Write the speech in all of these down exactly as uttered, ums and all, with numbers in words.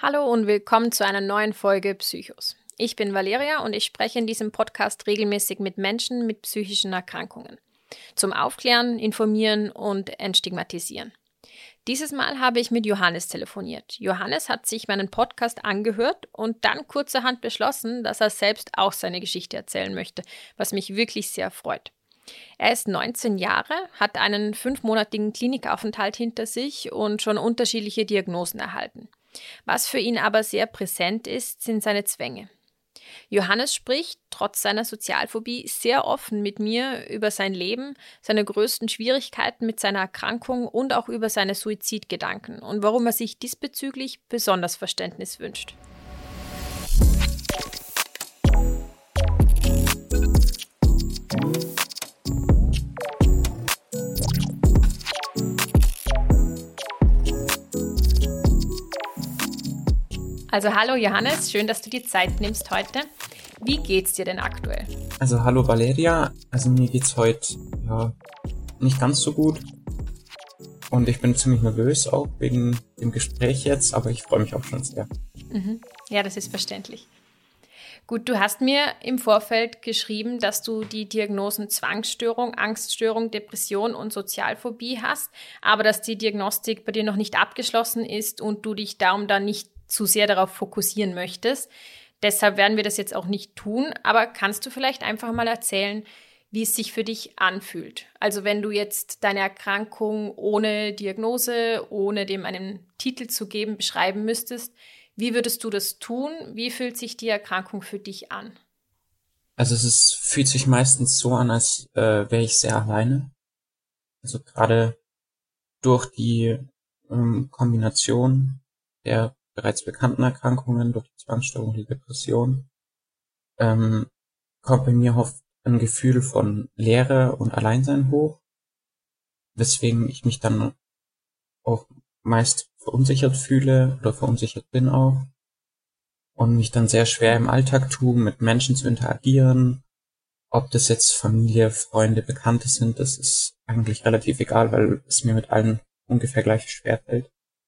Hallo und willkommen zu einer neuen Folge Psychos. Ich bin Valeria und ich spreche in diesem Podcast regelmäßig mit Menschen mit psychischen Erkrankungen. Zum Aufklären, Informieren und Entstigmatisieren. Dieses Mal habe ich mit Johannes telefoniert. Johannes hat sich meinen Podcast angehört und dann kurzerhand beschlossen, dass er selbst auch seine Geschichte erzählen möchte, was mich wirklich sehr freut. Er ist neunzehn Jahre, hat einen fünfmonatigen Klinikaufenthalt hinter sich und schon unterschiedliche Diagnosen erhalten. Was für ihn aber sehr präsent ist, sind seine Zwänge. Johannes spricht, trotz seiner Sozialphobie, sehr offen mit mir über sein Leben, seine größten Schwierigkeiten mit seiner Erkrankung und auch über seine Suizidgedanken und warum er sich diesbezüglich besonders Verständnis wünscht. Also hallo Johannes, schön, dass du dir Zeit nimmst heute. Wie geht's dir denn aktuell? Also hallo Valeria, also mir geht's heute ja nicht ganz so gut und ich bin ziemlich nervös auch wegen dem Gespräch jetzt, aber ich freue mich auch schon sehr. Mhm. Ja, das ist verständlich. Gut, du hast mir im Vorfeld geschrieben, dass du die Diagnosen Zwangsstörung, Angststörung, Depression und Sozialphobie hast, aber dass die Diagnostik bei dir noch nicht abgeschlossen ist und du dich darum dann nicht zu sehr darauf fokussieren möchtest. Deshalb werden wir das jetzt auch nicht tun, aber kannst du vielleicht einfach mal erzählen, wie es sich für dich anfühlt? Also wenn du jetzt deine Erkrankung ohne Diagnose, ohne dem einen Titel zu geben, beschreiben müsstest, wie würdest du das tun? Wie fühlt sich die Erkrankung für dich an? Also es ist, fühlt sich meistens so an, als äh, wäre ich sehr alleine. Also gerade durch die ähm, Kombination der bereits bekannten Erkrankungen, durch die Zwangsstörung, die Depression, ähm, kommt bei mir oft ein Gefühl von Leere und Alleinsein hoch, weswegen ich mich dann auch meist verunsichert fühle oder verunsichert bin auch und mich dann sehr schwer im Alltag tue, mit Menschen zu interagieren. Ob das jetzt Familie, Freunde, Bekannte sind, das ist eigentlich relativ egal, weil es mir mit allen ungefähr gleich schwer fällt.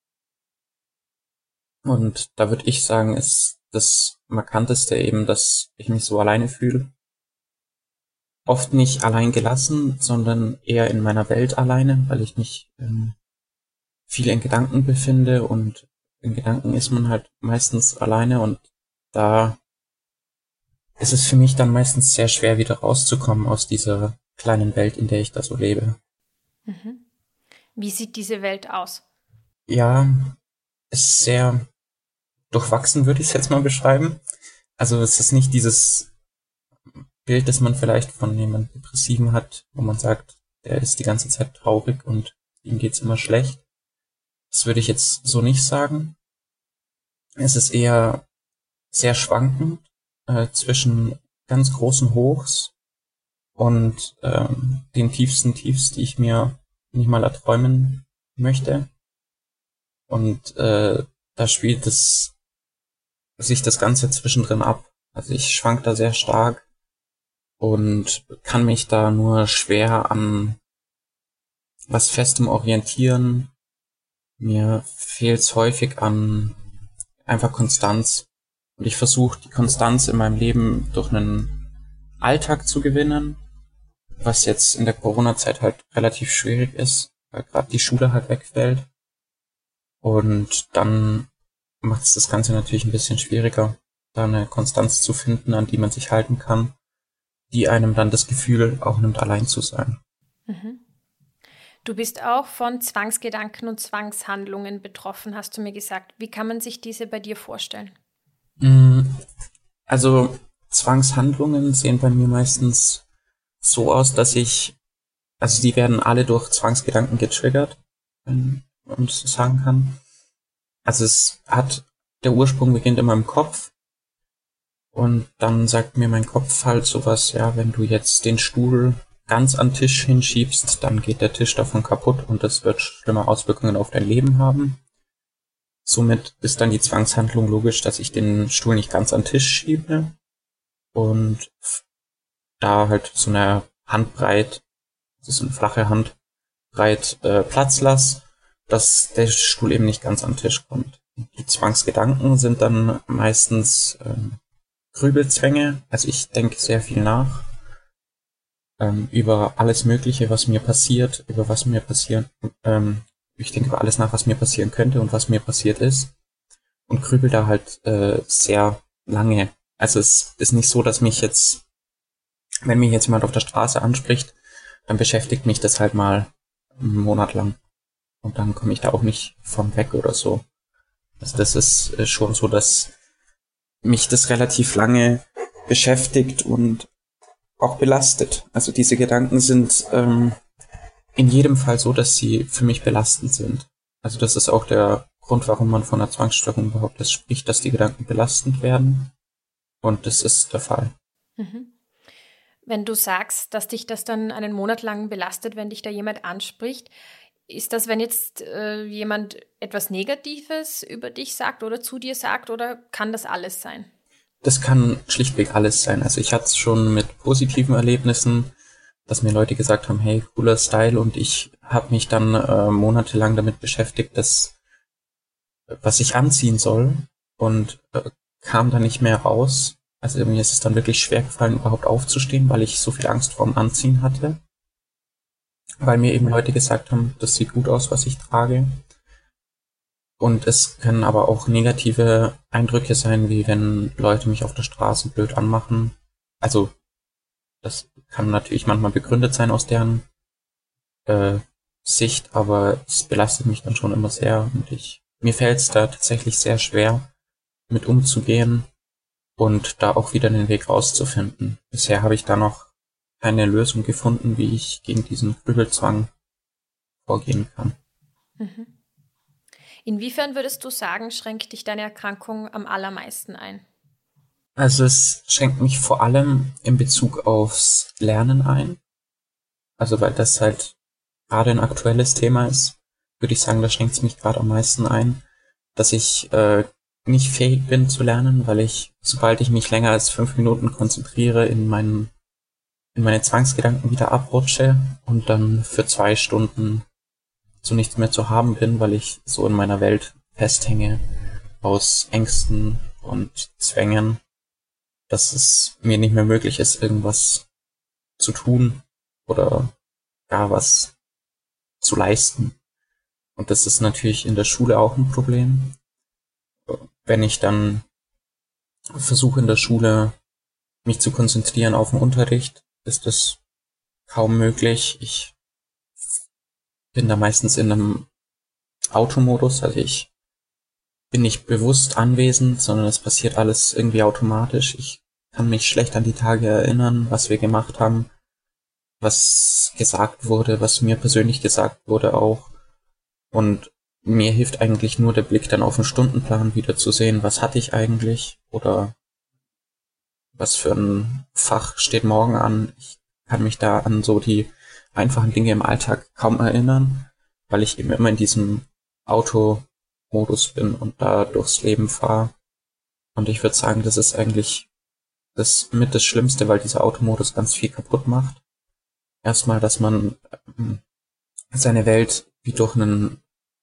Und da würde ich sagen, ist das Markanteste eben, dass ich mich so alleine fühle. Oft nicht allein gelassen, sondern eher in meiner Welt alleine, weil ich mich ähm, viel in Gedanken befinde und in Gedanken ist man halt meistens alleine und da ist es für mich dann meistens sehr schwer, wieder rauszukommen aus dieser kleinen Welt, in der ich da so lebe. Mhm. Wie sieht diese Welt aus? Ja, es ist sehr durchwachsen, würde ich es jetzt mal beschreiben. Also es ist nicht dieses Bild, das man vielleicht von jemandem Depressiven hat, wo man sagt, der ist die ganze Zeit traurig und ihm geht's immer schlecht. Das würde ich jetzt so nicht sagen. Es ist eher sehr schwankend äh, zwischen ganz großen Hochs und ähm, den tiefsten Tiefs, die ich mir nicht mal erträumen möchte. Und äh, da spielt es sich das Ganze zwischendrin ab. Also ich schwank da sehr stark und kann mich da nur schwer an was Festem orientieren. Mir fehlt es häufig an einfach Konstanz. Und ich versuche die Konstanz in meinem Leben durch einen Alltag zu gewinnen, was jetzt in der Corona-Zeit halt relativ schwierig ist, weil gerade die Schule halt wegfällt. Und dann macht es das Ganze natürlich ein bisschen schwieriger, da eine Konstanz zu finden, an die man sich halten kann, die einem dann das Gefühl auch nimmt, allein zu sein. Mhm. Du bist auch von Zwangsgedanken und Zwangshandlungen betroffen, hast du mir gesagt. Wie kann man sich diese bei dir vorstellen? Also Zwangshandlungen sehen bei mir meistens so aus, dass ich, also die werden alle durch Zwangsgedanken getriggert, wenn man das so sagen kann. Also es hat, der Ursprung beginnt immer im Kopf und dann sagt mir mein Kopf halt sowas, ja, wenn du jetzt den Stuhl ganz an den Tisch hinschiebst, dann geht der Tisch davon kaputt und das wird schlimme Auswirkungen auf dein Leben haben. Somit ist dann die Zwangshandlung logisch, dass ich den Stuhl nicht ganz an den Tisch schiebe und da halt so eine Handbreit, das ist so eine flache Handbreit äh, Platz lasse, dass der Stuhl eben nicht ganz an den Tisch kommt. Die Zwangsgedanken sind dann meistens ähm, Grübelzwänge. Also ich denke sehr viel nach ähm, über alles Mögliche, was mir passiert, über was mir passieren. Ähm, ich denke über alles nach, was mir passieren könnte und was mir passiert ist. Und grübel da halt äh, sehr lange. Also es ist nicht so, dass mich jetzt, wenn mich jetzt jemand auf der Straße anspricht, dann beschäftigt mich das halt mal einen Monat lang. Und dann komme ich da auch nicht von weg oder so. Also das ist äh, schon so, dass mich das relativ lange beschäftigt und auch belastet. Also diese Gedanken sind ähm, in jedem Fall so, dass sie für mich belastend sind. Also das ist auch der Grund, warum man von einer Zwangsstörung überhaupt das spricht, dass die Gedanken belastend werden. Und das ist der Fall. Mhm. Wenn du sagst, dass dich das dann einen Monat lang belastet, wenn dich da jemand anspricht, ist das, wenn jetzt äh, jemand etwas Negatives über dich sagt oder zu dir sagt, oder kann das alles sein? Das kann schlichtweg alles sein. Also ich hatte es schon mit positiven Erlebnissen, dass mir Leute gesagt haben, hey, cooler Style, und ich habe mich dann äh, monatelang damit beschäftigt, dass was ich anziehen soll, und äh, kam da nicht mehr raus. Also mir ist es dann wirklich schwer gefallen, überhaupt aufzustehen, weil ich so viel Angst vorm Anziehen hatte. Weil mir eben Leute gesagt haben, das sieht gut aus, was ich trage. Und es können aber auch negative Eindrücke sein, wie wenn Leute mich auf der Straße blöd anmachen. Also das kann natürlich manchmal begründet sein aus deren äh, Sicht, aber es belastet mich dann schon immer sehr. Und ich mir fällt es da tatsächlich sehr schwer, mit umzugehen und da auch wieder den Weg rauszufinden. Bisher habe ich da noch keine Lösung gefunden, wie ich gegen diesen Grübelzwang vorgehen kann. Mhm. Inwiefern würdest du sagen, schränkt dich deine Erkrankung am allermeisten ein? Also es schränkt mich vor allem in Bezug aufs Lernen ein. Also weil das halt gerade ein aktuelles Thema ist, würde ich sagen, da schränkt es mich gerade am meisten ein, dass ich äh, nicht fähig bin zu lernen, weil ich, sobald ich mich länger als fünf Minuten konzentriere, in meinen in meine Zwangsgedanken wieder abrutsche und dann für zwei Stunden so nichts mehr zu haben bin, weil ich so in meiner Welt festhänge aus Ängsten und Zwängen, dass es mir nicht mehr möglich ist, irgendwas zu tun oder gar was zu leisten. Und das ist natürlich in der Schule auch ein Problem. Wenn ich dann versuche in der Schule mich zu konzentrieren auf den Unterricht, ist das kaum möglich. Ich bin da meistens in einem Automodus, also ich bin nicht bewusst anwesend, sondern es passiert alles irgendwie automatisch. Ich kann mich schlecht an die Tage erinnern, was wir gemacht haben, was gesagt wurde, was mir persönlich gesagt wurde auch. Und mir hilft eigentlich nur der Blick dann auf den Stundenplan, wieder zu sehen, was hatte ich eigentlich oder was für ein Fach steht morgen an. Ich kann mich da an so die einfachen Dinge im Alltag kaum erinnern, weil ich eben immer in diesem Automodus bin und da durchs Leben fahre. Und ich würde sagen, das ist eigentlich das mit das Schlimmste, weil dieser Automodus ganz viel kaputt macht. Erstmal, dass man ähm, seine Welt wie durch einen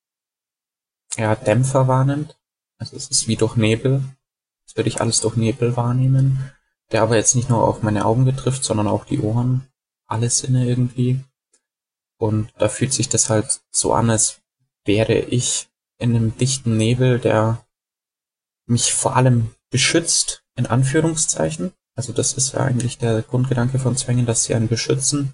ja, Dämpfer wahrnimmt. Also es ist wie durch Nebel. Das würde ich alles durch Nebel wahrnehmen, der aber jetzt nicht nur auf meine Augen betrifft, sondern auch die Ohren, alle Sinne irgendwie. Und da fühlt sich das halt so an, als wäre ich in einem dichten Nebel, der mich vor allem beschützt, in Anführungszeichen. Also das ist ja eigentlich der Grundgedanke von Zwängen, dass sie einen beschützen.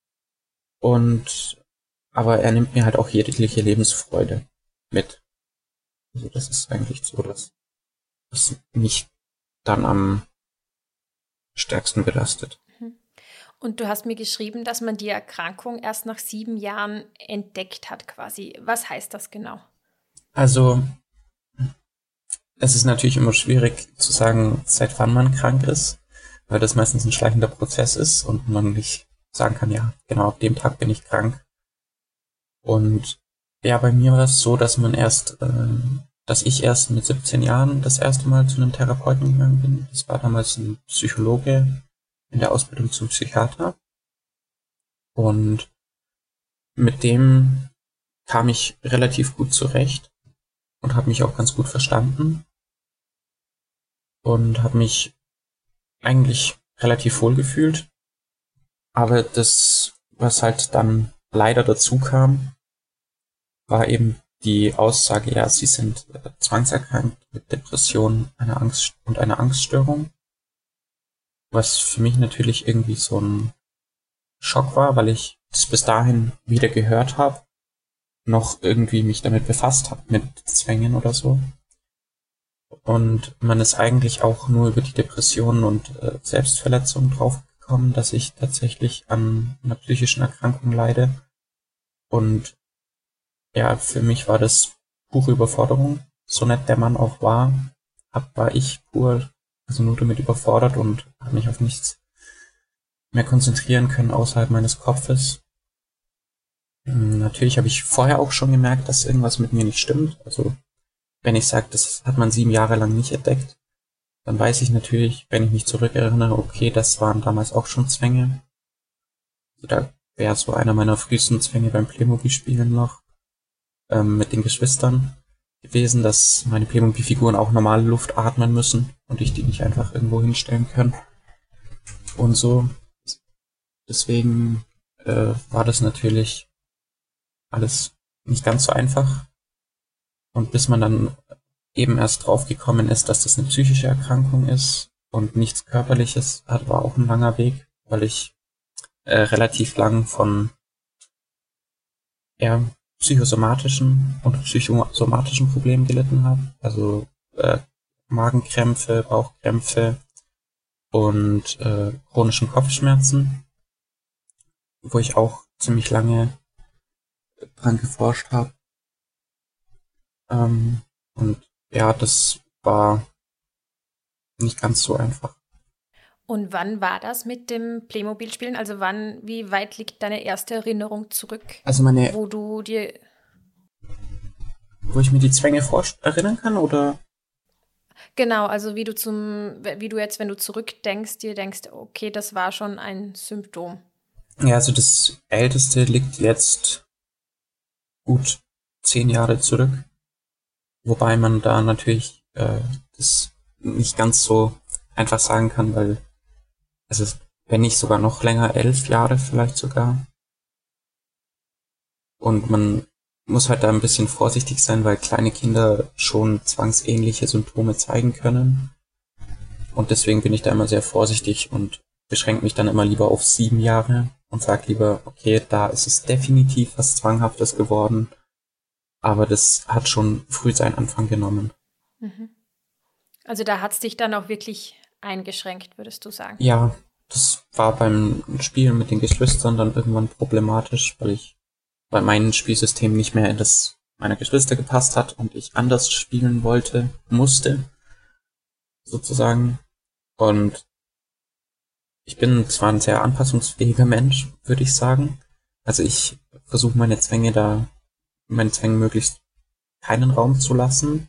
Und aber er nimmt mir halt auch jegliche Lebensfreude mit. Also das ist eigentlich so, dass das mich dann am stärksten belastet. Und du hast mir geschrieben, dass man die Erkrankung erst nach sieben Jahren entdeckt hat quasi. Was heißt das genau? Also es ist natürlich immer schwierig zu sagen, seit wann man krank ist, weil das meistens ein schleichender Prozess ist und man nicht sagen kann, ja, genau ab dem Tag bin ich krank. Und ja, bei mir war es so, dass man erst, äh, dass ich erst mit siebzehn Jahren das erste Mal zu einem Therapeuten gegangen bin. Das war damals ein Psychologe in der Ausbildung zum Psychiater. Und mit dem kam ich relativ gut zurecht. und habe mich auch ganz gut verstanden und habe mich eigentlich relativ wohl gefühlt. Aber das, was halt dann leider dazu kam, war eben die Aussage, ja, sie sind äh, zwangserkrankt mit Depressionen, einer Angst und einer Angststörung, was für mich natürlich irgendwie so ein Schock war, weil ich das bis dahin weder gehört habe, noch irgendwie mich damit befasst habe mit Zwängen oder so. Und man ist eigentlich auch nur über die Depressionen und äh, Selbstverletzung draufgekommen, dass ich tatsächlich an einer psychischen Erkrankung leide. Und ja, für mich war das pure Überforderung. So nett der Mann auch war, hab, war ich pur, also nur damit überfordert und habe mich auf nichts mehr konzentrieren können außerhalb meines Kopfes. Ähm, Natürlich habe ich vorher auch schon gemerkt, dass irgendwas mit mir nicht stimmt. Also wenn ich sage, das hat man sieben Jahre lang nicht entdeckt, dann weiß ich natürlich, wenn ich mich zurückerinnere, okay, das waren damals auch schon Zwänge. Also da wäre so einer meiner frühesten Zwänge beim Playmobil-Spielen noch ähm, mit den Geschwistern gewesen, dass meine Playmobil-Figuren auch normale Luft atmen müssen und ich die nicht einfach irgendwo hinstellen kann. Und so. Deswegen äh, war das natürlich alles nicht ganz so einfach. Und bis man dann eben erst drauf gekommen ist, dass das eine psychische Erkrankung ist und nichts Körperliches, hat, war auch ein langer Weg, weil ich äh, relativ lang von eher psychosomatischen und psychosomatischen Problemen gelitten habe. Also äh, Magenkrämpfe, Bauchkrämpfe und äh, chronischen Kopfschmerzen, wo ich auch ziemlich lange dran geforscht habe. Ähm, und ja, das war nicht ganz so einfach. Und wann war das mit dem Playmobil-Spielen? Also wann, wie weit liegt deine erste Erinnerung zurück, Also meine, wo du dir, wo ich mir die Zwänge vorst- erinnern kann, oder? genau, also wie du zum, wie du jetzt, wenn du zurückdenkst, dir denkst, okay, das war schon ein Symptom. Ja, also das älteste liegt jetzt gut zehn Jahre zurück, wobei man da natürlich äh, das nicht ganz so einfach sagen kann, weil es ist, wenn nicht sogar noch länger, elf Jahre vielleicht sogar. Und man muss halt da ein bisschen vorsichtig sein, weil kleine Kinder schon zwangsähnliche Symptome zeigen können. Und deswegen bin ich da immer sehr vorsichtig und beschränke mich dann immer lieber auf sieben Jahre und sage lieber, okay, da ist es definitiv was Zwanghaftes geworden, aber das hat schon früh seinen Anfang genommen. Mhm. Also da hat es dich dann auch wirklich eingeschränkt, würdest du sagen? Ja, das war beim Spielen mit den Geschwistern dann irgendwann problematisch, weil ich, weil mein Spielsystem nicht mehr in das meiner Geschwister gepasst hat und ich anders spielen wollte, musste, sozusagen. Und ich bin zwar ein sehr anpassungsfähiger Mensch, würde ich sagen. Also ich versuche meine Zwänge da, meinen Zwängen möglichst keinen Raum zu lassen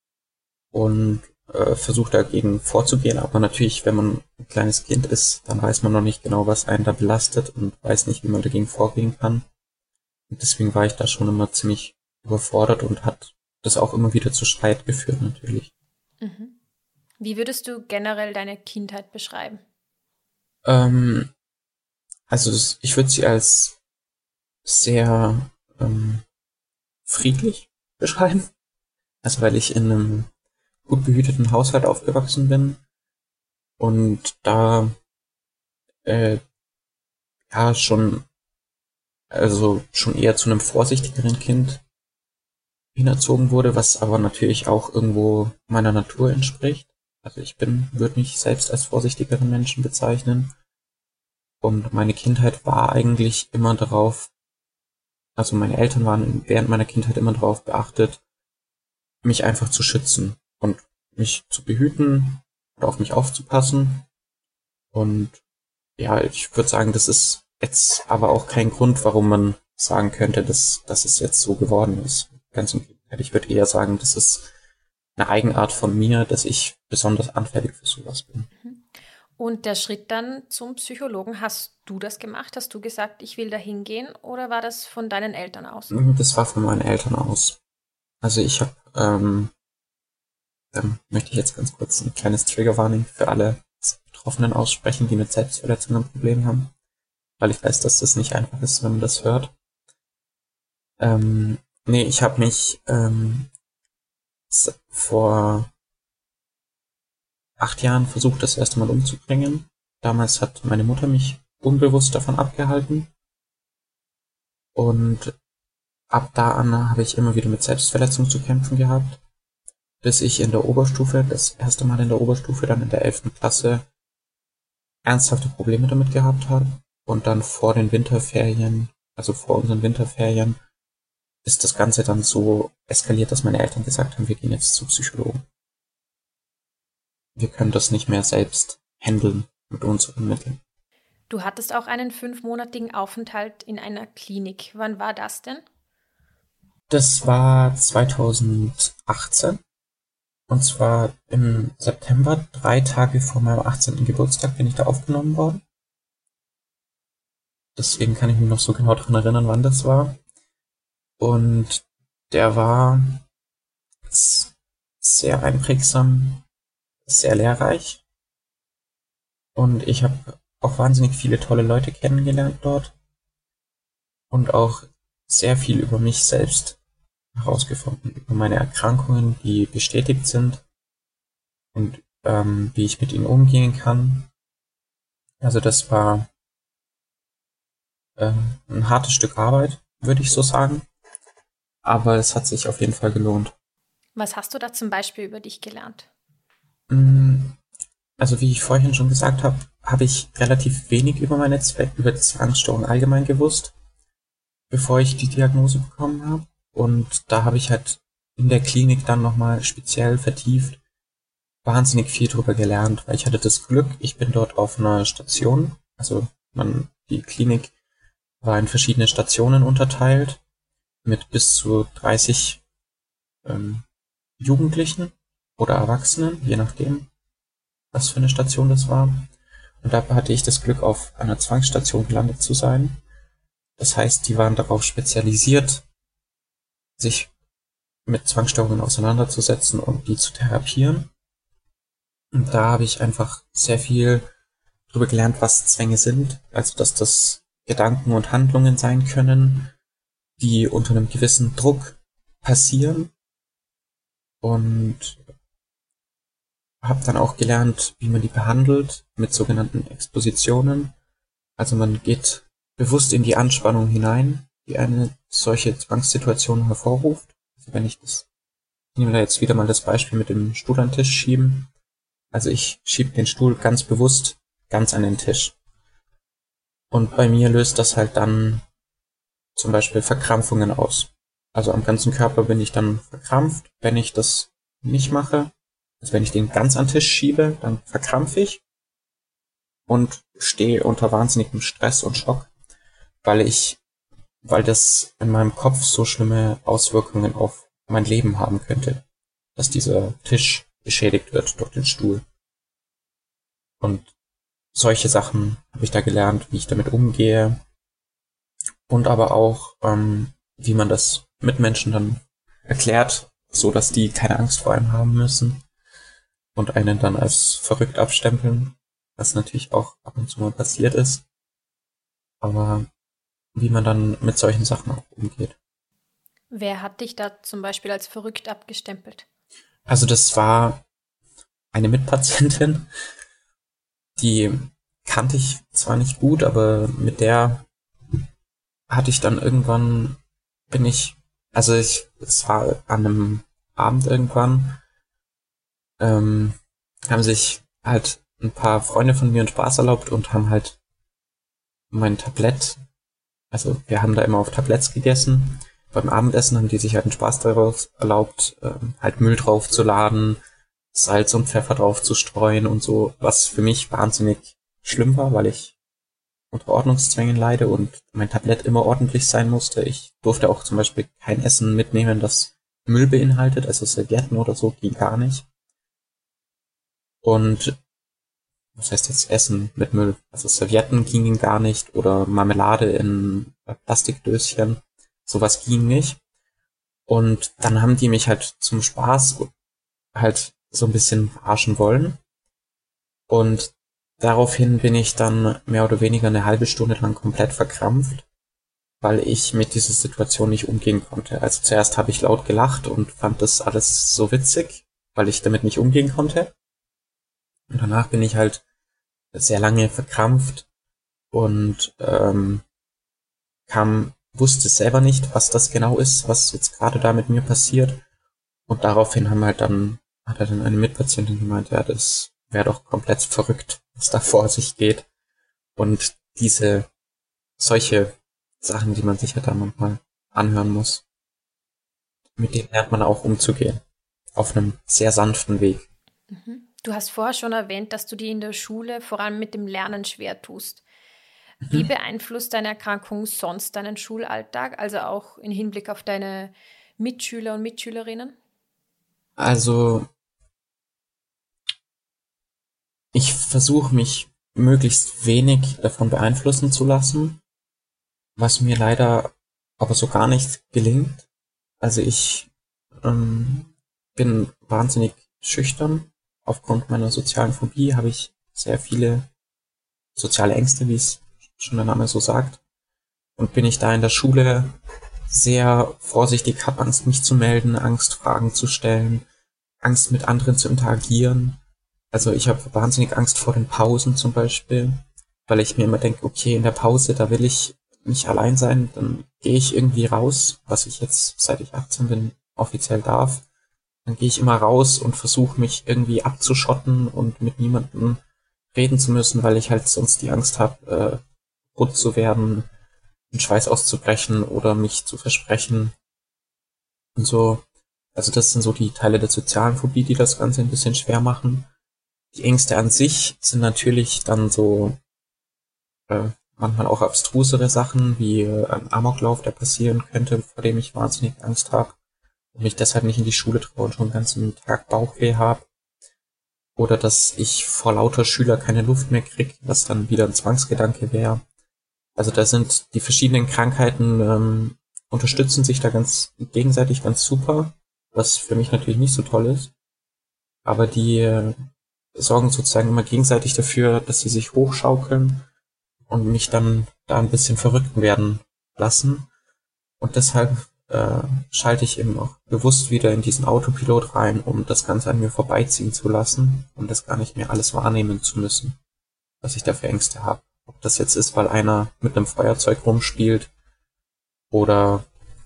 und äh, versuche dagegen vorzugehen. Aber natürlich, wenn man ein kleines Kind ist, dann weiß man noch nicht genau, was einen da belastet und weiß nicht, wie man dagegen vorgehen kann. Und deswegen war ich da schon immer ziemlich überfordert und hat das auch immer wieder zu Streit geführt, natürlich. Mhm. Wie würdest du generell deine Kindheit beschreiben? Ähm, also das, ich würde sie als sehr ähm, friedlich beschreiben. Also weil ich in einem gut behüteten Haushalt aufgewachsen bin und da äh, ja schon, also schon eher zu einem vorsichtigeren Kind hinerzogen wurde, was aber natürlich auch irgendwo meiner Natur entspricht. Also ich bin, würde mich selbst als vorsichtigeren Menschen bezeichnen. Und meine Kindheit war eigentlich immer darauf, also meine Eltern waren während meiner Kindheit immer darauf beachtet, mich einfach zu schützen und mich zu behüten und auf mich aufzupassen. Und ja, ich würde sagen, das ist jetzt aber auch kein Grund, warum man sagen könnte, dass, dass es jetzt so geworden ist. Ganz im Gegenteil. Ich würde eher sagen, das ist eine Eigenart von mir, dass ich besonders anfällig für sowas bin. Mhm. Und der Schritt dann zum Psychologen, hast du das gemacht? Hast du gesagt, ich will da hingehen oder war das von deinen Eltern aus? Das war von meinen Eltern aus. Also ich habe, ähm, dann möchte ich jetzt ganz kurz ein kleines Trigger-Warning für alle Betroffenen aussprechen, die mit Selbstverletzungen ein Problem haben, weil ich weiß, dass das nicht einfach ist, wenn man das hört. Ähm, nee, ich habe mich ähm, vor acht Jahren versucht, das erste Mal umzubringen. Damals hat meine Mutter mich unbewusst davon abgehalten. Und ab da an habe ich immer wieder mit Selbstverletzung zu kämpfen gehabt, bis ich in der Oberstufe, das erste Mal in der Oberstufe, dann in der elften Klasse, ernsthafte Probleme damit gehabt habe. Und dann vor den Winterferien, also vor unseren Winterferien, ist das Ganze dann so eskaliert, dass meine Eltern gesagt haben, wir gehen jetzt zum Psychologen. Wir können das nicht mehr selbst handeln mit unseren Mitteln. Du hattest auch einen fünfmonatigen Aufenthalt in einer Klinik. Wann war das denn? Das war zweitausendachtzehn. Und zwar im September, drei Tage vor meinem achtzehnten Geburtstag, bin ich da aufgenommen worden. Deswegen kann ich mich noch so genau daran erinnern, wann das war. Und der war sehr einprägsam, sehr lehrreich. Und ich habe auch wahnsinnig viele tolle Leute kennengelernt dort. Und auch sehr viel über mich selbst herausgefunden, über meine Erkrankungen, die bestätigt sind und ähm, wie ich mit ihnen umgehen kann. Also das war äh, ein hartes Stück Arbeit, würde ich so sagen. Aber es hat sich auf jeden Fall gelohnt. Was hast du da zum Beispiel über dich gelernt? Also wie ich vorhin schon gesagt habe, habe ich relativ wenig über meine Zwe- über Zwangsstörung allgemein gewusst, bevor ich die Diagnose bekommen habe. Und da habe ich halt in der Klinik dann nochmal speziell vertieft wahnsinnig viel drüber gelernt, weil ich hatte das Glück, ich bin dort auf einer Station, also man, die Klinik war in verschiedene Stationen unterteilt, mit bis zu dreißig ähm, Jugendlichen oder Erwachsenen, je nachdem, was für eine Station das war. Und da hatte ich das Glück, auf einer Zwangsstation gelandet zu sein. Das heißt, die waren darauf spezialisiert, sich mit Zwangsstörungen auseinanderzusetzen und die zu therapieren. Und da habe ich einfach sehr viel darüber gelernt, was Zwänge sind. Also, dass das Gedanken und Handlungen sein können, die unter einem gewissen Druck passieren. Und habe dann auch gelernt, wie man die behandelt mit sogenannten Expositionen. Also man geht bewusst in die Anspannung hinein, die eine solche Zwangssituation hervorruft. Also wenn ich das, ich nehme da jetzt wieder mal das Beispiel mit dem Stuhl an den Tisch schieben. Also ich schiebe den Stuhl ganz bewusst ganz an den Tisch. Und bei mir löst das halt dann zum Beispiel Verkrampfungen aus. Also am ganzen Körper bin ich dann verkrampft, wenn ich das nicht mache. Also wenn ich den ganz an den Tisch schiebe, dann verkrampfe ich und stehe unter wahnsinnigem Stress und Schock, weil ich, weil das in meinem Kopf so schlimme Auswirkungen auf mein Leben haben könnte, dass dieser Tisch beschädigt wird durch den Stuhl. Und solche Sachen habe ich da gelernt, wie ich damit umgehe und aber auch, ähm, wie man das Mitmenschen dann erklärt, so dass die keine Angst vor einem haben müssen und einen dann als verrückt abstempeln, was natürlich auch ab und zu mal passiert ist, aber wie man dann mit solchen Sachen auch umgeht. Wer hat dich da zum Beispiel als verrückt abgestempelt? Also das war eine Mitpatientin, die kannte ich zwar nicht gut, aber mit der hatte ich dann irgendwann, bin ich, also ich, es war an einem Abend irgendwann, ähm, haben sich halt ein paar Freunde von mir einen Spaß erlaubt und haben halt mein Tablett, also wir haben da immer auf Tabletts gegessen. Beim Abendessen haben die sich halt einen Spaß daraus erlaubt, ähm, halt Müll draufzuladen, Salz und Pfeffer drauf zu streuen und so, was für mich wahnsinnig schlimm war, weil ich unter Ordnungszwängen leide und mein Tablett immer ordentlich sein musste. Ich durfte auch zum Beispiel kein Essen mitnehmen, das Müll beinhaltet, also Servietten oder so, ging gar nicht. Und was heißt jetzt Essen mit Müll? Also Servietten gingen gar nicht oder Marmelade in Plastikdöschen. Sowas ging nicht. Und dann haben die mich halt zum Spaß halt so ein bisschen verarschen wollen. Und daraufhin bin ich dann mehr oder weniger eine halbe Stunde lang komplett verkrampft, weil ich mit dieser Situation nicht umgehen konnte. Also zuerst habe ich laut gelacht und fand das alles so witzig, weil ich damit nicht umgehen konnte. Und danach bin ich halt sehr lange verkrampft und ähm, kam, wusste selber nicht, was das genau ist, was jetzt gerade da mit mir passiert. Und daraufhin haben halt dann, hat er dann eine Mitpatientin gemeint, ja, das wäre doch komplett verrückt, was da vor sich geht. Und diese, solche Sachen, die man sich ja da manchmal anhören muss, mit denen lernt man auch umzugehen. Auf einem sehr sanften Weg. Mhm. Du hast vorher schon erwähnt, dass du dir in der Schule vor allem mit dem Lernen schwer tust. Wie beeinflusst deine Erkrankung sonst deinen Schulalltag, also auch im Hinblick auf deine Mitschüler und Mitschülerinnen? Also, ich versuche mich möglichst wenig davon beeinflussen zu lassen, was mir leider aber so gar nicht gelingt. Also ich ähm, bin wahnsinnig schüchtern. Aufgrund meiner sozialen Phobie habe ich sehr viele soziale Ängste, wie es schon der Name so sagt. Und bin ich da in der Schule sehr vorsichtig, habe Angst, mich zu melden, Angst, Fragen zu stellen, Angst, mit anderen zu interagieren. Also ich habe wahnsinnig Angst vor den Pausen zum Beispiel, weil ich mir immer denke, okay, in der Pause, da will ich nicht allein sein, dann gehe ich irgendwie raus, was ich jetzt, seit ich achtzehn bin, offiziell darf. Dann gehe ich immer raus und versuche mich irgendwie abzuschotten und mit niemandem reden zu müssen, weil ich halt sonst die Angst habe, äh, rot zu werden, in Schweiß auszubrechen oder mich zu versprechen und so. Also das sind so die Teile der sozialen Phobie, die das Ganze ein bisschen schwer machen. Die Ängste an sich sind natürlich dann so äh, manchmal auch abstrusere Sachen, wie äh, ein Amoklauf, der passieren könnte, vor dem ich wahnsinnig Angst habe und mich deshalb nicht in die Schule traue und schon den ganzen Tag Bauchweh habe. Oder dass ich vor lauter Schüler keine Luft mehr kriege, was dann wieder ein Zwangsgedanke wäre. Also da sind die verschiedenen Krankheiten, ähm, unterstützen sich da ganz gegenseitig ganz super, was für mich natürlich nicht so toll ist. Aber die äh, sorgen sozusagen immer gegenseitig dafür, dass sie sich hochschaukeln und mich dann da ein bisschen verrückt werden lassen. Und deshalb äh, schalte ich eben auch bewusst wieder in diesen Autopilot rein, um das Ganze an mir vorbeiziehen zu lassen und das gar nicht mehr alles wahrnehmen zu müssen, was ich da für Ängste habe. Ob das jetzt ist, weil einer mit einem Feuerzeug rumspielt oder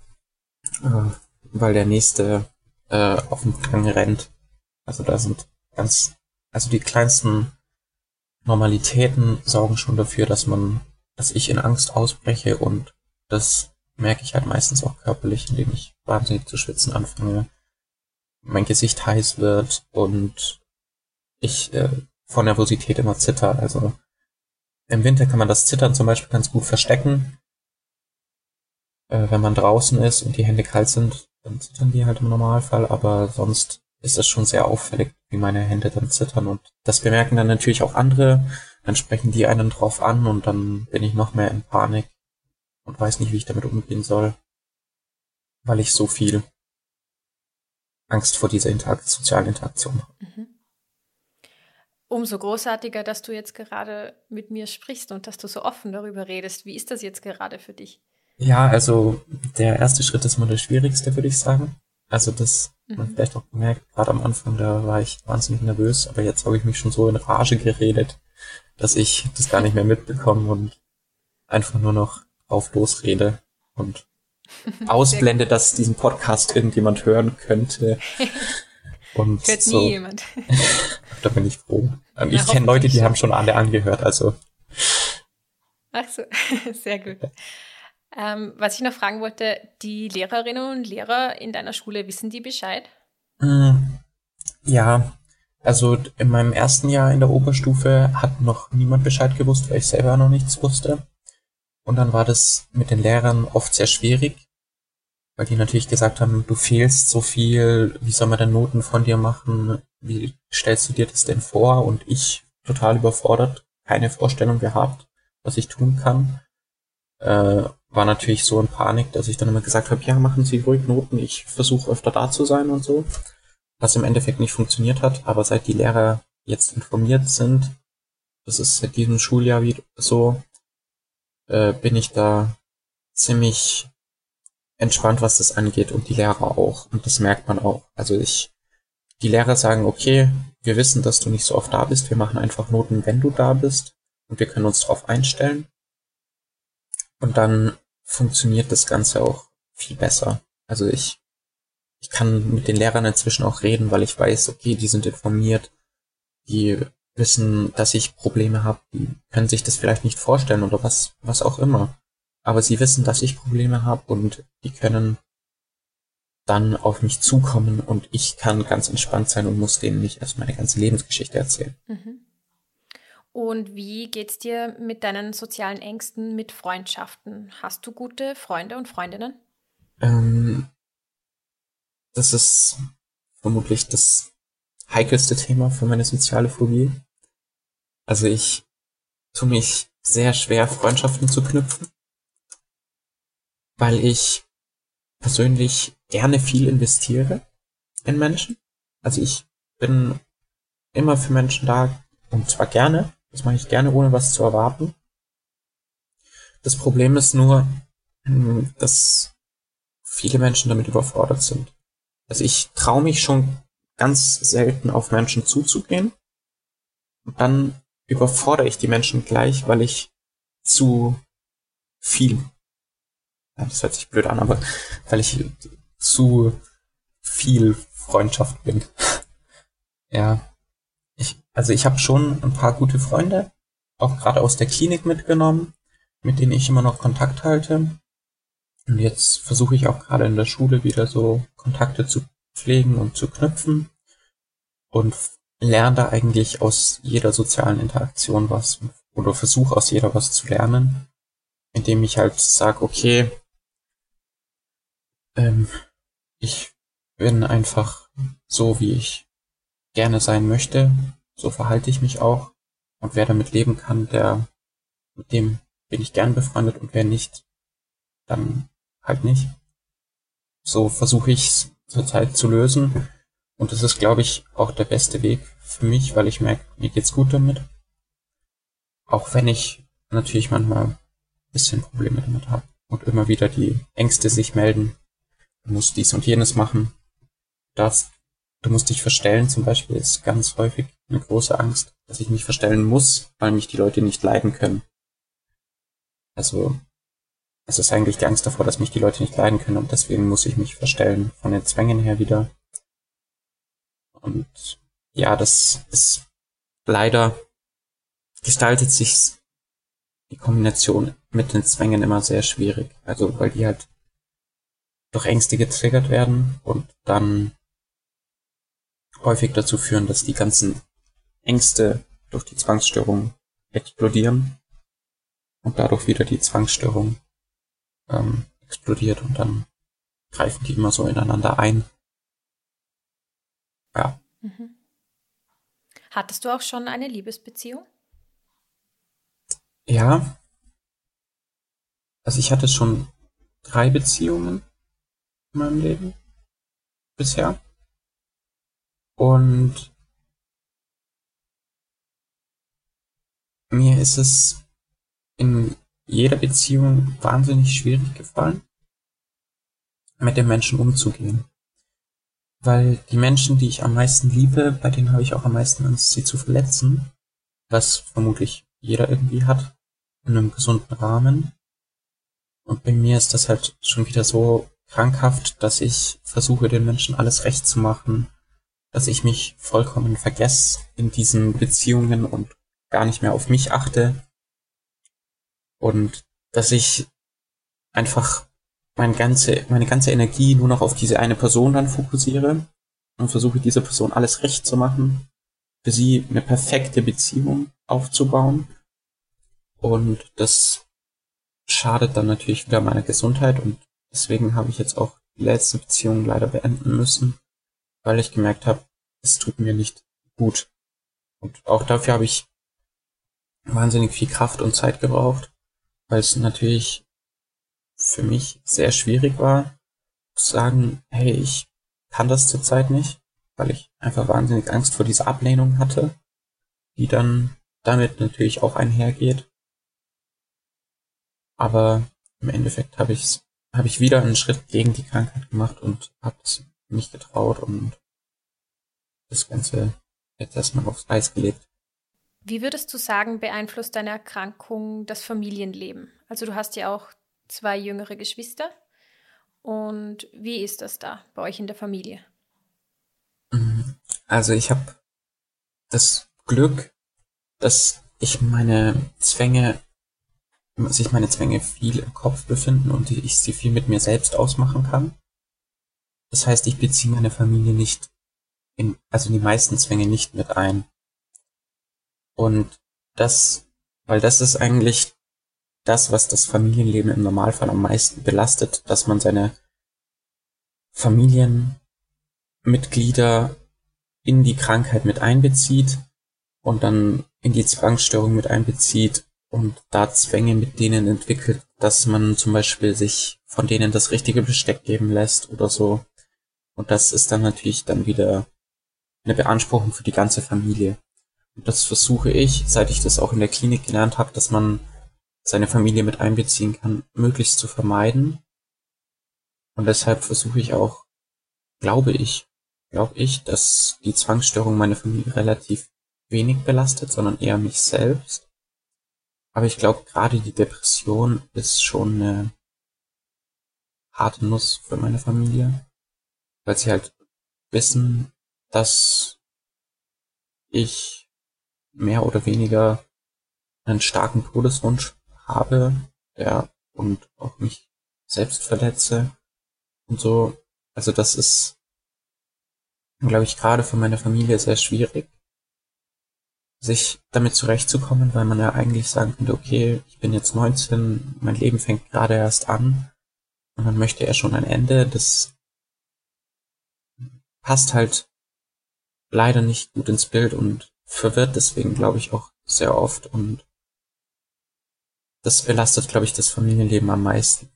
äh, weil der nächste äh, auf dem Gang rennt. Also da sind ganz, also die kleinsten Normalitäten sorgen schon dafür, dass man, dass ich in Angst ausbreche und das merke ich halt meistens auch körperlich, indem ich wahnsinnig zu schwitzen anfange, mein Gesicht heiß wird und ich äh, vor Nervosität immer zitter. Also im Winter kann man das Zittern zum Beispiel ganz gut verstecken. Äh, wenn man draußen ist und die Hände kalt sind, dann zittern die halt im Normalfall, aber sonst ist es schon sehr auffällig, wie meine Hände dann zittern und das bemerken dann natürlich auch andere, dann sprechen die einen drauf an und dann bin ich noch mehr in Panik und weiß nicht, wie ich damit umgehen soll, weil ich so viel Angst vor dieser Interakt- sozialen Interaktion habe. Mhm. Umso großartiger, dass du jetzt gerade mit mir sprichst und dass du so offen darüber redest. Wie ist das jetzt gerade für dich? Ja, also der erste Schritt ist immer der schwierigste, würde ich sagen. Also das hat man Mhm. vielleicht auch gemerkt, gerade am Anfang, da war ich wahnsinnig nervös, aber jetzt habe ich mich schon so in Rage geredet, dass ich das gar nicht mehr mitbekomme und einfach nur noch drauf losrede und ausblende, dass diesen Podcast irgendjemand hören könnte. Und Hört so, nie jemand. da bin ich froh. Na, Ich kenne Leute, die hoffentlich. haben schon alle angehört, also Ach so, sehr gut. Ähm, was ich noch fragen wollte, die Lehrerinnen und Lehrer in deiner Schule, wissen die Bescheid? mm, ja, also in meinem ersten Jahr in der Oberstufe hat noch niemand Bescheid gewusst, weil ich selber noch nichts wusste. Und dann war das mit den Lehrern oft sehr schwierig, weil die natürlich gesagt haben, du fehlst so viel, wie soll man denn Noten von dir machen? Wie stellst du dir das denn vor? Und ich, total überfordert, keine Vorstellung gehabt, was ich tun kann. Äh, war natürlich so in Panik, dass ich dann immer gesagt habe, ja, machen Sie ruhig Noten, ich versuche öfter da zu sein und so. Was im Endeffekt nicht funktioniert hat, aber seit die Lehrer jetzt informiert sind, das ist seit diesem Schuljahr wieder so, äh, bin ich da ziemlich entspannt, was das angeht und die Lehrer auch. Und das merkt man auch. Also ich, die Lehrer sagen, okay, wir wissen, dass du nicht so oft da bist, wir machen einfach Noten, wenn du da bist und wir können uns darauf einstellen. Und dann funktioniert das Ganze auch viel besser. Also ich, ich kann mit den Lehrern inzwischen auch reden, weil ich weiß, okay, die sind informiert, die wissen, dass ich Probleme habe, die können sich das vielleicht nicht vorstellen oder was, was auch immer. Aber sie wissen, dass ich Probleme habe und die können dann auf mich zukommen und ich kann ganz entspannt sein und muss denen nicht erst meine ganze Lebensgeschichte erzählen. Mhm. Und wie geht's dir mit deinen sozialen Ängsten, mit Freundschaften? Hast du gute Freunde und Freundinnen? Ähm, das ist vermutlich das heikelste Thema für meine soziale Phobie. Also ich tue mich sehr schwer, Freundschaften zu knüpfen, weil ich persönlich gerne viel investiere in Menschen. Also ich bin immer für Menschen da und zwar gerne. Das mache ich gerne, ohne was zu erwarten. Das Problem ist nur, dass viele Menschen damit überfordert sind. Also ich traue mich schon ganz selten auf Menschen zuzugehen und dann überfordere ich die Menschen gleich, weil ich zu viel, ja, das hört sich blöd an, aber weil ich zu viel Freundschaft bin. Ja, ich, also ich habe schon ein paar gute Freunde, auch gerade aus der Klinik mitgenommen, mit denen ich immer noch Kontakt halte. Und jetzt versuche ich auch gerade in der Schule wieder so Kontakte zu pflegen und zu knüpfen und lerne da eigentlich aus jeder sozialen Interaktion was oder versuche aus jeder was zu lernen, indem ich halt sage, okay, ähm, ich bin einfach so, wie ich gerne sein möchte, so verhalte ich mich auch und wer damit leben kann, der mit dem bin ich gern befreundet und wer nicht, dann halt nicht. So versuche ich es zurzeit zu lösen und das ist, glaube ich, auch der beste Weg für mich, weil ich merke, mir geht's gut damit. Auch wenn ich natürlich manchmal ein bisschen Probleme damit habe und immer wieder die Ängste sich melden. Du musst dies und jenes machen. Das, du musst dich verstellen zum Beispiel ist ganz häufig eine große Angst, dass ich mich verstellen muss, weil mich die Leute nicht leiden können. Also es ist eigentlich die Angst davor, dass mich die Leute nicht leiden können und deswegen muss ich mich verstellen von den Zwängen her wieder. Und ja, das ist leider gestaltet sich die Kombination mit den Zwängen immer sehr schwierig. Also weil die halt durch Ängste getriggert werden und dann häufig dazu führen, dass die ganzen Ängste durch die Zwangsstörung explodieren und dadurch wieder die Zwangsstörung ähm, explodiert und dann greifen die immer so ineinander ein. Ja. Mhm. Hattest du auch schon eine Liebesbeziehung? Ja. Also ich hatte schon drei Beziehungen in meinem Leben bisher. Und mir ist es in jeder Beziehung wahnsinnig schwierig gefallen, mit den Menschen umzugehen. Weil die Menschen, die ich am meisten liebe, bei denen habe ich auch am meisten Angst, sie zu verletzen, was vermutlich jeder irgendwie hat, in einem gesunden Rahmen. Und bei mir ist das halt schon wieder so krankhaft, dass ich versuche, den Menschen alles recht zu machen, dass ich mich vollkommen vergesse in diesen Beziehungen und gar nicht mehr auf mich achte und dass ich einfach meine ganze, meine ganze Energie nur noch auf diese eine Person dann fokussiere und versuche, dieser Person alles recht zu machen, für sie eine perfekte Beziehung aufzubauen. Und das schadet dann natürlich wieder meiner Gesundheit und deswegen habe ich jetzt auch die letzte Beziehung leider beenden müssen, weil ich gemerkt habe, es tut mir nicht gut. Und auch dafür habe ich wahnsinnig viel Kraft und Zeit gebraucht, weil es natürlich für mich sehr schwierig war, zu sagen, hey, ich kann das zurzeit nicht, weil ich einfach wahnsinnig Angst vor dieser Ablehnung hatte, die dann damit natürlich auch einhergeht. Aber im Endeffekt habe ich habe ich wieder einen Schritt gegen die Krankheit gemacht und habe es mich getraut und das Ganze jetzt erstmal aufs Eis gelegt. Wie würdest du sagen, beeinflusst deine Erkrankung das Familienleben? Also du hast ja auch zwei jüngere Geschwister. Und wie ist das da bei euch in der Familie? Also ich habe das Glück, dass ich meine Zwänge, sich meine Zwänge viel im Kopf befinden und ich sie viel mit mir selbst ausmachen kann. Das heißt, ich beziehe meine Familie nicht in, also die meisten Zwänge nicht mit ein. Und das, weil das ist eigentlich das, was das Familienleben im Normalfall am meisten belastet, dass man seine Familienmitglieder in die Krankheit mit einbezieht und dann in die Zwangsstörung mit einbezieht und da Zwänge mit denen entwickelt, dass man zum Beispiel sich von denen das richtige Besteck geben lässt oder so. Und das ist dann natürlich dann wieder eine Beanspruchung für die ganze Familie. Und das versuche ich, seit ich das auch in der Klinik gelernt habe, dass man seine Familie mit einbeziehen kann, möglichst zu vermeiden. Und deshalb versuche ich auch, glaube ich, glaube ich, dass die Zwangsstörung meine Familie relativ wenig belastet, sondern eher mich selbst. Aber ich glaube, gerade die Depression ist schon eine harte Nuss für meine Familie, weil sie halt wissen, dass ich mehr oder weniger einen starken Todeswunsch habe, der und auch mich selbst verletze und so. Also das ist, glaube ich, gerade für meine Familie sehr schwierig, sich damit zurechtzukommen, weil man ja eigentlich sagen könnte, okay, ich bin jetzt neunzehn, mein Leben fängt gerade erst an und dann möchte er schon ein Ende. Das passt halt leider nicht gut ins Bild und verwirrt deswegen, glaube ich, auch sehr oft und das belastet, glaube ich, das Familienleben am meisten.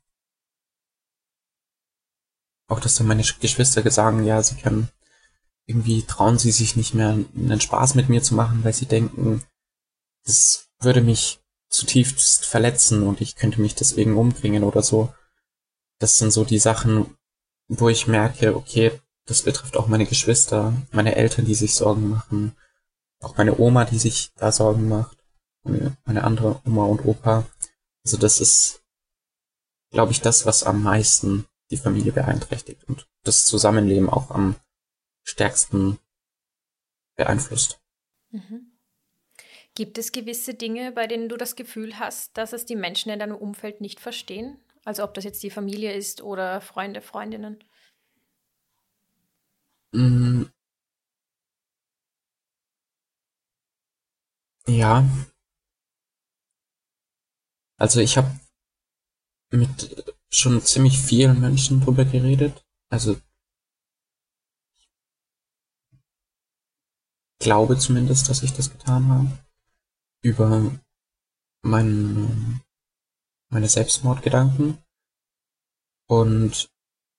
Auch, dass dann meine Geschwister sagen, ja, sie können, irgendwie trauen sie sich nicht mehr, einen Spaß mit mir zu machen, weil sie denken, das würde mich zutiefst verletzen und ich könnte mich deswegen umbringen oder so. Das sind so die Sachen, wo ich merke, okay, das betrifft auch meine Geschwister, meine Eltern, die sich Sorgen machen, auch meine Oma, die sich da Sorgen macht, meine, meine andere Oma und Opa. Also das ist, glaube ich, das, was am meisten die Familie beeinträchtigt und das Zusammenleben auch am stärksten beeinflusst. Mhm. Gibt es gewisse Dinge, bei denen du das Gefühl hast, dass es die Menschen in deinem Umfeld nicht verstehen? Also ob das jetzt die Familie ist oder Freunde, Freundinnen? Mm, ja, also ich habe mit schon ziemlich vielen Menschen drüber geredet. Also glaube zumindest, dass ich das getan habe. Über mein, meine Selbstmordgedanken. Und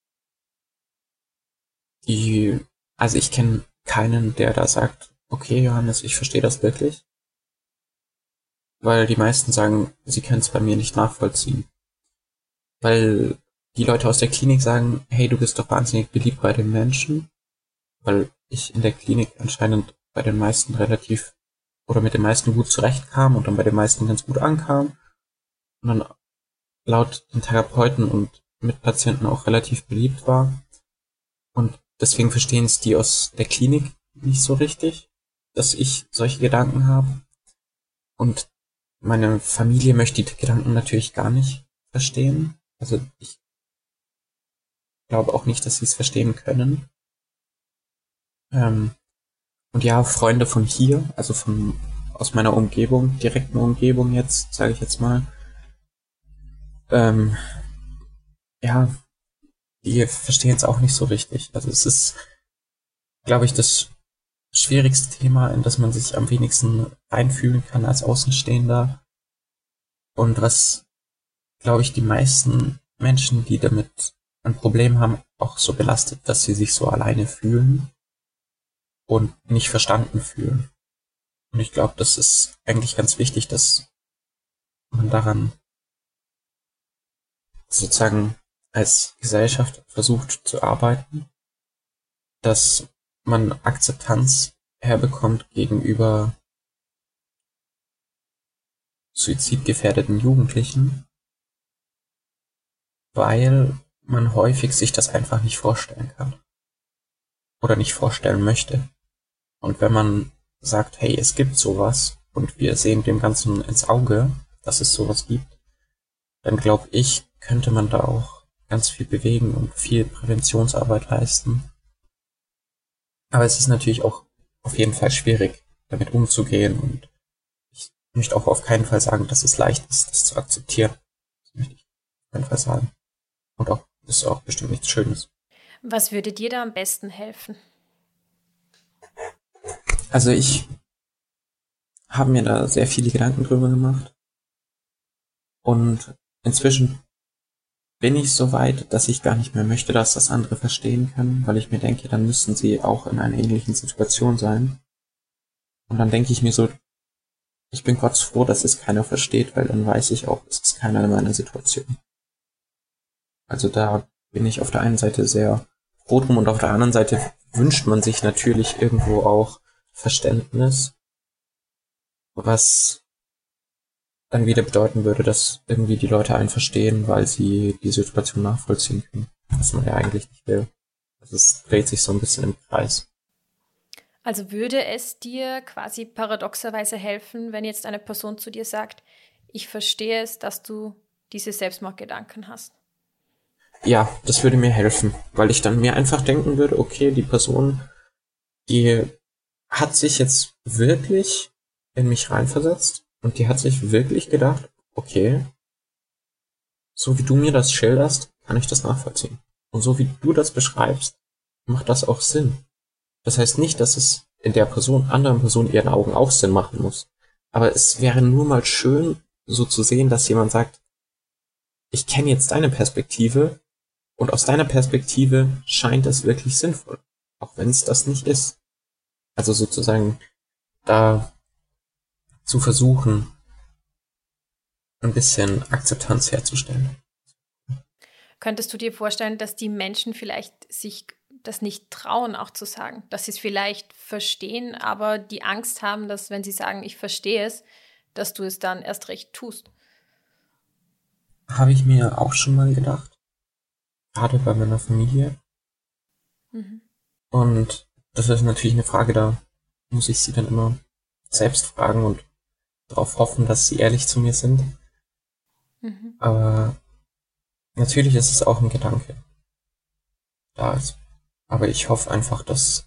die, also ich kenne keinen, der da sagt, okay, Johannes, ich verstehe das wirklich. Weil die meisten sagen, sie können es bei mir nicht nachvollziehen. Weil die Leute aus der Klinik sagen, hey, du bist doch wahnsinnig beliebt bei den Menschen. Weil ich in der Klinik anscheinend bei den meisten relativ oder mit den meisten gut zurechtkam und dann bei den meisten ganz gut ankam. Und dann laut den Therapeuten und Mitpatienten auch relativ beliebt war. Und deswegen verstehen es die aus der Klinik nicht so richtig, dass ich solche Gedanken habe. Und meine Familie möchte die Gedanken natürlich gar nicht verstehen. Also ich glaube auch nicht, dass sie es verstehen können. Ähm, und ja, Freunde von hier, also von aus meiner Umgebung, direkten Umgebung jetzt, sage ich jetzt mal, ähm, ja, die verstehen es auch nicht so richtig. Also es ist, glaube ich, das schwierigste Thema, in das man sich am wenigsten reinfühlen kann als Außenstehender und was, glaube ich, die meisten Menschen, die damit ein Problem haben, auch so belastet, dass sie sich so alleine fühlen und nicht verstanden fühlen. Und ich glaube, das ist eigentlich ganz wichtig, dass man daran sozusagen als Gesellschaft versucht zu arbeiten, dass man Akzeptanz herbekommt gegenüber suizidgefährdeten Jugendlichen, weil man häufig sich das einfach nicht vorstellen kann oder nicht vorstellen möchte. Und wenn man sagt, hey, es gibt sowas und wir sehen dem Ganzen ins Auge, dass es sowas gibt, dann glaube ich, könnte man da auch ganz viel bewegen und viel Präventionsarbeit leisten. Aber es ist natürlich auch auf jeden Fall schwierig, damit umzugehen, und ich möchte auch auf keinen Fall sagen, dass es leicht ist, das zu akzeptieren. Das möchte ich auf keinen Fall sagen. Und auch, das ist auch bestimmt nichts Schönes. Was würde dir da am besten helfen? Also ich habe mir da sehr viele Gedanken drüber gemacht. Und inzwischen bin ich so weit, dass ich gar nicht mehr möchte, dass das andere verstehen können, weil ich mir denke, dann müssten sie auch in einer ähnlichen Situation sein. Und dann denke ich mir so, ich bin Gott froh, dass es keiner versteht, weil dann weiß ich auch, es ist keiner in meiner Situation. Also da bin ich auf der einen Seite sehr froh drum, und auf der anderen Seite wünscht man sich natürlich irgendwo auch Verständnis, was dann wieder bedeuten würde, dass irgendwie die Leute einen verstehen, weil sie die Situation nachvollziehen können, was man ja eigentlich nicht will. Also es dreht sich so ein bisschen im Kreis. Also würde es dir quasi paradoxerweise helfen, wenn jetzt eine Person zu dir sagt, ich verstehe es, dass du diese Selbstmordgedanken hast? Ja, das würde mir helfen, weil ich dann mir einfach denken würde, okay, die Person, die hat sich jetzt wirklich in mich reinversetzt und die hat sich wirklich gedacht, okay, so wie du mir das schilderst, kann ich das nachvollziehen. Und so wie du das beschreibst, macht das auch Sinn. Das heißt nicht, dass es in der Person, anderen Person in ihren Augen auch Sinn machen muss. Aber es wäre nur mal schön, so zu sehen, dass jemand sagt, ich kenne jetzt deine Perspektive und aus deiner Perspektive scheint es wirklich sinnvoll. Auch wenn es das nicht ist. Also sozusagen da zu versuchen, ein bisschen Akzeptanz herzustellen. Könntest du dir vorstellen, dass die Menschen vielleicht sich das nicht trauen, auch zu sagen, dass sie es vielleicht verstehen, aber die Angst haben, dass wenn sie sagen, ich verstehe es, dass du es dann erst recht tust? Habe ich mir auch schon mal gedacht. Gerade bei meiner Familie. Mhm. Und das ist natürlich eine Frage, da muss ich sie dann immer selbst fragen und darauf hoffen, dass sie ehrlich zu mir sind. Mhm. Aber natürlich ist es auch ein Gedanke, da ist. Aber ich hoffe einfach, dass,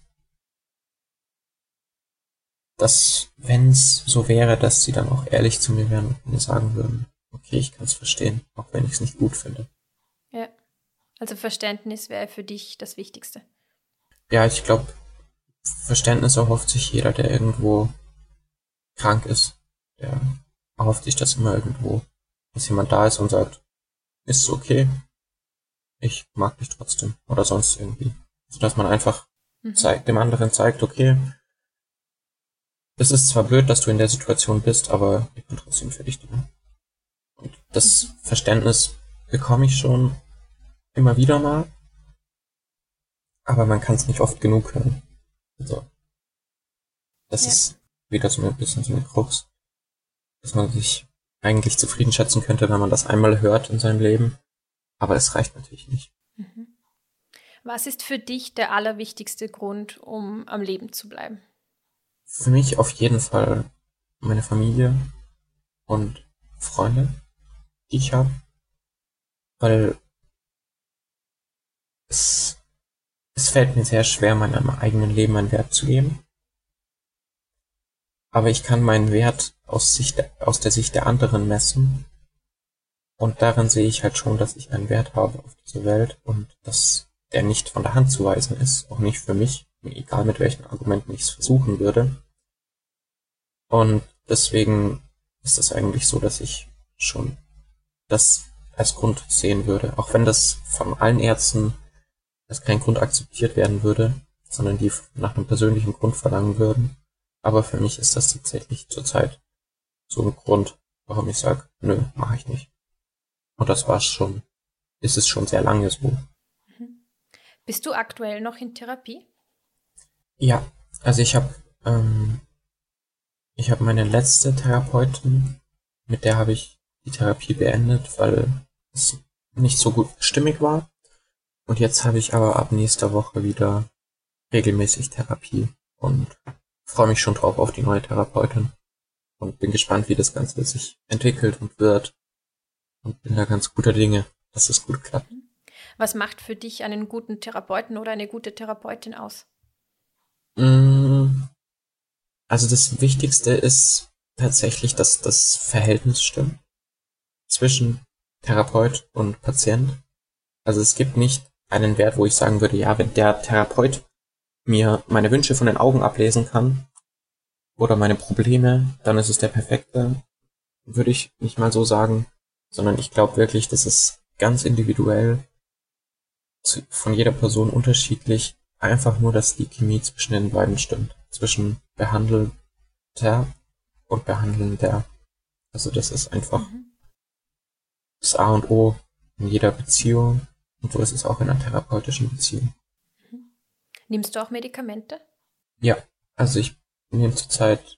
dass wenn es so wäre, dass sie dann auch ehrlich zu mir wären und mir sagen würden, okay, ich kann es verstehen, auch wenn ich es nicht gut finde. Ja, also Verständnis wäre für dich das Wichtigste. Ja, ich glaube, Verständnis erhofft sich jeder, der irgendwo krank ist. Der erhofft sich das immer irgendwo, dass jemand da ist und sagt, ist okay, ich mag dich trotzdem oder sonst irgendwie. Also, dass man einfach Mhm. zeigt, dem anderen zeigt, okay, es ist zwar blöd, dass du in der Situation bist, aber ich bin trotzdem für dich da. Und das Mhm. Verständnis bekomme ich schon immer wieder mal, aber man kann es nicht oft genug hören. Also, das Ja. ist wieder so ein bisschen so eine Krux, dass man sich eigentlich zufrieden schätzen könnte, wenn man das einmal hört in seinem Leben, aber es reicht natürlich nicht. Mhm. Was ist für dich der allerwichtigste Grund, um am Leben zu bleiben? Für mich auf jeden Fall meine Familie und Freunde, die ich habe, weil es, es fällt mir sehr schwer, meinem eigenen Leben einen Wert zu geben. Aber ich kann meinen Wert aus, Sicht, aus der Sicht der anderen messen. Und darin sehe ich halt schon, dass ich einen Wert habe auf dieser Welt und dass der nicht von der Hand zu weisen ist, auch nicht für mich, egal mit welchen Argumenten ich es versuchen würde. Und deswegen ist es eigentlich so, dass ich schon das als Grund sehen würde. Auch wenn das von allen Ärzten als kein Grund akzeptiert werden würde, sondern die nach einem persönlichen Grund verlangen würden. Aber für mich ist das tatsächlich zurzeit so ein Grund, warum ich sage, nö, mache ich nicht. Und das war schon, ist es schon sehr lange so. Mhm. Bist du aktuell noch in Therapie? Ja, also ich habe ähm, ich habe meine letzte Therapeutin, mit der habe ich die Therapie beendet, weil es nicht so gut stimmig war. Und jetzt habe ich aber ab nächster Woche wieder regelmäßig Therapie und freue mich schon drauf auf die neue Therapeutin und bin gespannt, wie das Ganze sich entwickelt und wird und bin da ganz guter Dinge, dass es gut klappt. Was macht für dich einen guten Therapeuten oder eine gute Therapeutin aus? Also das Wichtigste ist tatsächlich, dass das Verhältnis stimmt zwischen Therapeut und Patient. Also es gibt nicht einen Wert, wo ich sagen würde, ja, wenn der Therapeut mir meine Wünsche von den Augen ablesen kann oder meine Probleme, dann ist es der perfekte, würde ich nicht mal so sagen, sondern ich glaube wirklich, dass es ganz individuell zu, von jeder Person unterschiedlich, einfach nur, dass die Chemie zwischen den beiden stimmt, zwischen Behandelter und Behandelnder. Also das ist einfach Mhm. das A und O in jeder Beziehung und so ist es auch in einer therapeutischen Beziehung. Mhm. Nimmst du auch Medikamente? Ja, also ich nehme zurzeit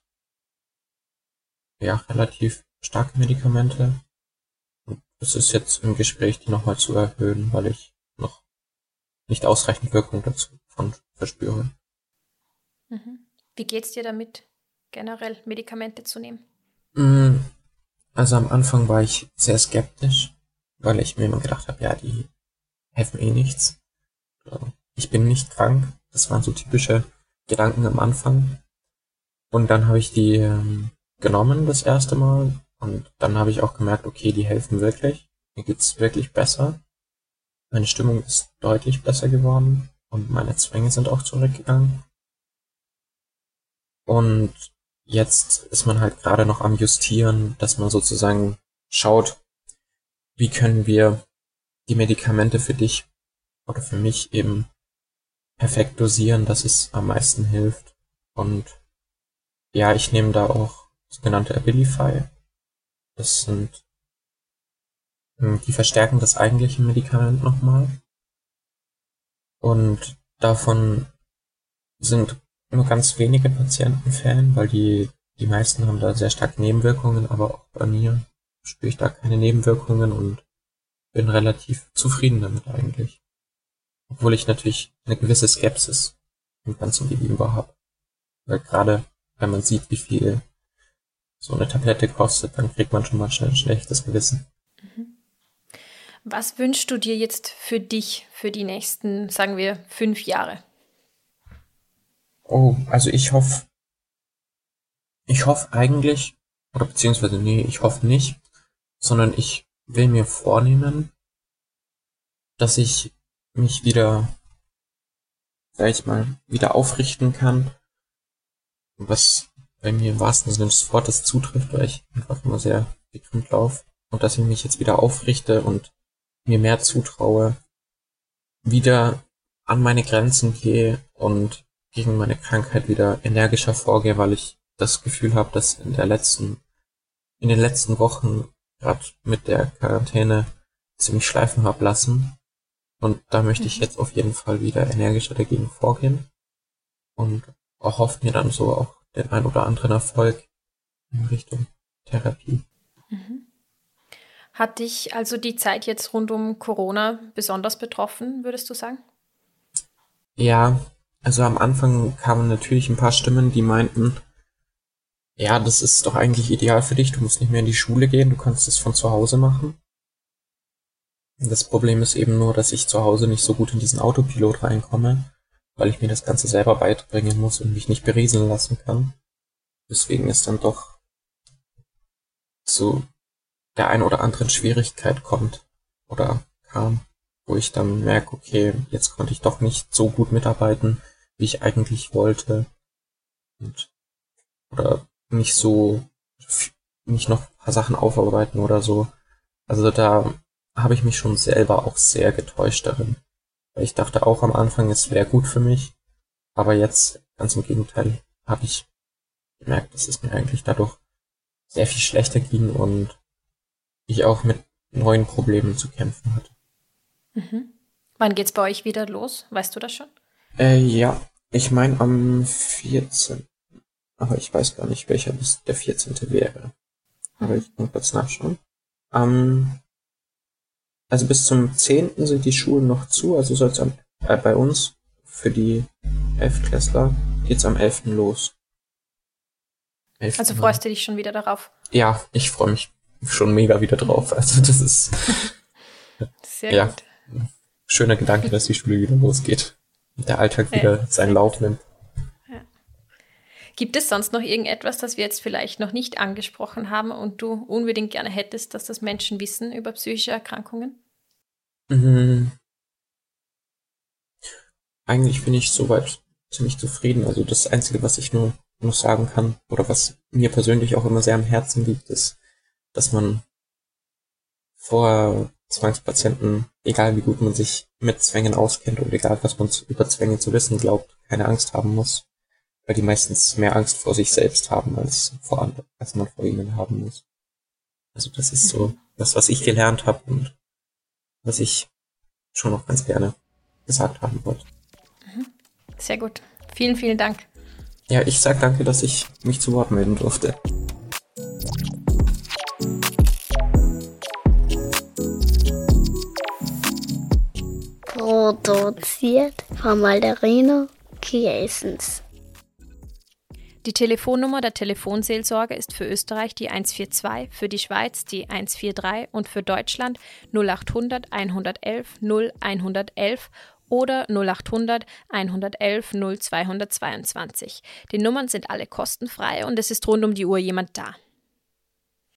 ja relativ starke Medikamente und es ist jetzt im Gespräch, die nochmal zu erhöhen, weil ich noch nicht ausreichend Wirkung dazu von verspüre. Mhm. Wie geht's dir damit, generell Medikamente zu nehmen? Mm, Also am Anfang war ich sehr skeptisch, weil ich mir immer gedacht habe, ja, die helfen eh nichts. Ich bin nicht krank. Das waren so typische Gedanken am Anfang. Und dann habe ich die ähm, genommen das erste Mal und dann habe ich auch gemerkt, okay, die helfen wirklich. Mir geht's wirklich besser. Meine Stimmung ist deutlich besser geworden und meine Zwänge sind auch zurückgegangen. Und jetzt ist man halt gerade noch am Justieren, dass man sozusagen schaut, wie können wir die Medikamente für dich oder für mich eben perfekt dosieren, dass es am meisten hilft. Und ja, ich nehme da auch sogenannte Abilify. Das sind, hm, die verstärken das eigentliche Medikament nochmal. Und davon sind nur ganz wenige Patienten Fan, weil die, die meisten haben da sehr stark Nebenwirkungen, aber auch bei mir spüre ich da keine Nebenwirkungen und bin relativ zufrieden damit eigentlich. Obwohl ich natürlich eine gewisse Skepsis im Ganzen gegenüber habe. Weil gerade, wenn man sieht, wie viel so eine Tablette kostet, dann kriegt man schon mal schnell ein schlechtes Gewissen. Mhm. Was wünschst du dir jetzt für dich, für die nächsten, sagen wir, fünf Jahre? Oh, also ich hoffe, ich hoffe eigentlich, oder beziehungsweise nee, ich hoffe nicht, sondern ich will mir vornehmen, dass ich mich wieder, sag ich mal, wieder aufrichten kann, was bei mir im wahrsten Sinne des Wortes zutrifft, weil ich einfach immer sehr gekrümmt laufe und dass ich mich jetzt wieder aufrichte und mir mehr zutraue, wieder an meine Grenzen gehe und gegen meine Krankheit wieder energischer vorgehe, weil ich das Gefühl habe, dass in der letzten, in den letzten Wochen, gerade mit der Quarantäne, ziemlich schleifen habe lassen. Und da möchte ich Mhm. jetzt auf jeden Fall wieder energischer dagegen vorgehen und auch hoffe mir dann so auch den ein oder anderen Erfolg in Richtung Therapie. Mhm. Hat dich also die Zeit jetzt rund um Corona besonders betroffen, würdest du sagen? Ja, also am Anfang kamen natürlich ein paar Stimmen, die meinten, ja, das ist doch eigentlich ideal für dich, du musst nicht mehr in die Schule gehen, du kannst es von zu Hause machen. Das Problem ist eben nur, dass ich zu Hause nicht so gut in diesen Autopilot reinkomme, weil ich mir das Ganze selber beibringen muss und mich nicht berieseln lassen kann. Deswegen ist dann doch zu der ein oder anderen Schwierigkeit kommt oder kam, wo ich dann merke, okay, jetzt konnte ich doch nicht so gut mitarbeiten, wie ich eigentlich wollte und oder nicht so nicht noch ein paar Sachen aufarbeiten oder so. Also da habe ich mich schon selber auch sehr getäuscht darin. Weil ich dachte auch am Anfang, es wäre gut für mich, aber jetzt, ganz im Gegenteil, habe ich gemerkt, dass es mir eigentlich dadurch sehr viel schlechter ging und ich auch mit neuen Problemen zu kämpfen hatte. Mhm. Wann geht's bei euch wieder los? Weißt du das schon? Äh, ja, ich meine am vierzehnten Aber ich weiß gar nicht, welcher bis der vierzehnte wäre. Aber ich kann kurz nachschauen. Ähm, also bis zum zehnten sind die Schulen noch zu, also soll es äh, bei uns für die Elftklässler geht's am elften los. elften Also freust du dich schon wieder darauf? Ja, ich freue mich schon mega wieder drauf. Also das ist Sehr ja gut. ein schöner Gedanke, dass die Schule wieder losgeht. Und der Alltag wieder Ja, seinen Lauf nimmt. Gibt es sonst noch irgendetwas, das wir jetzt vielleicht noch nicht angesprochen haben und du unbedingt gerne hättest, dass das Menschen wissen über psychische Erkrankungen? Mhm. Eigentlich bin ich soweit ziemlich zufrieden. Also das Einzige, was ich nur noch sagen kann, oder was mir persönlich auch immer sehr am Herzen liegt, ist, dass man vor Zwangspatienten, egal wie gut man sich mit Zwängen auskennt und egal was man über Zwänge zu wissen glaubt, keine Angst haben muss. Weil die meistens mehr Angst vor sich selbst haben, als vor anderen, als man vor ihnen haben muss. Also das ist so das, was ich gelernt habe und was ich schon noch ganz gerne gesagt haben wollte. Sehr gut. Vielen, vielen Dank. Ja, ich sag danke, dass ich mich zu Wort melden durfte. Produziert von Malderino Kiesens. Die Telefonnummer der Telefonseelsorge ist für Österreich die eins vier zwei, für die Schweiz die eins vier drei und für Deutschland null acht hundert einhundertelf null einhundertelf oder null acht hundert einhundertelf null zweihundertzweiundzwanzig. Die Nummern sind alle kostenfrei und es ist rund um die Uhr jemand da.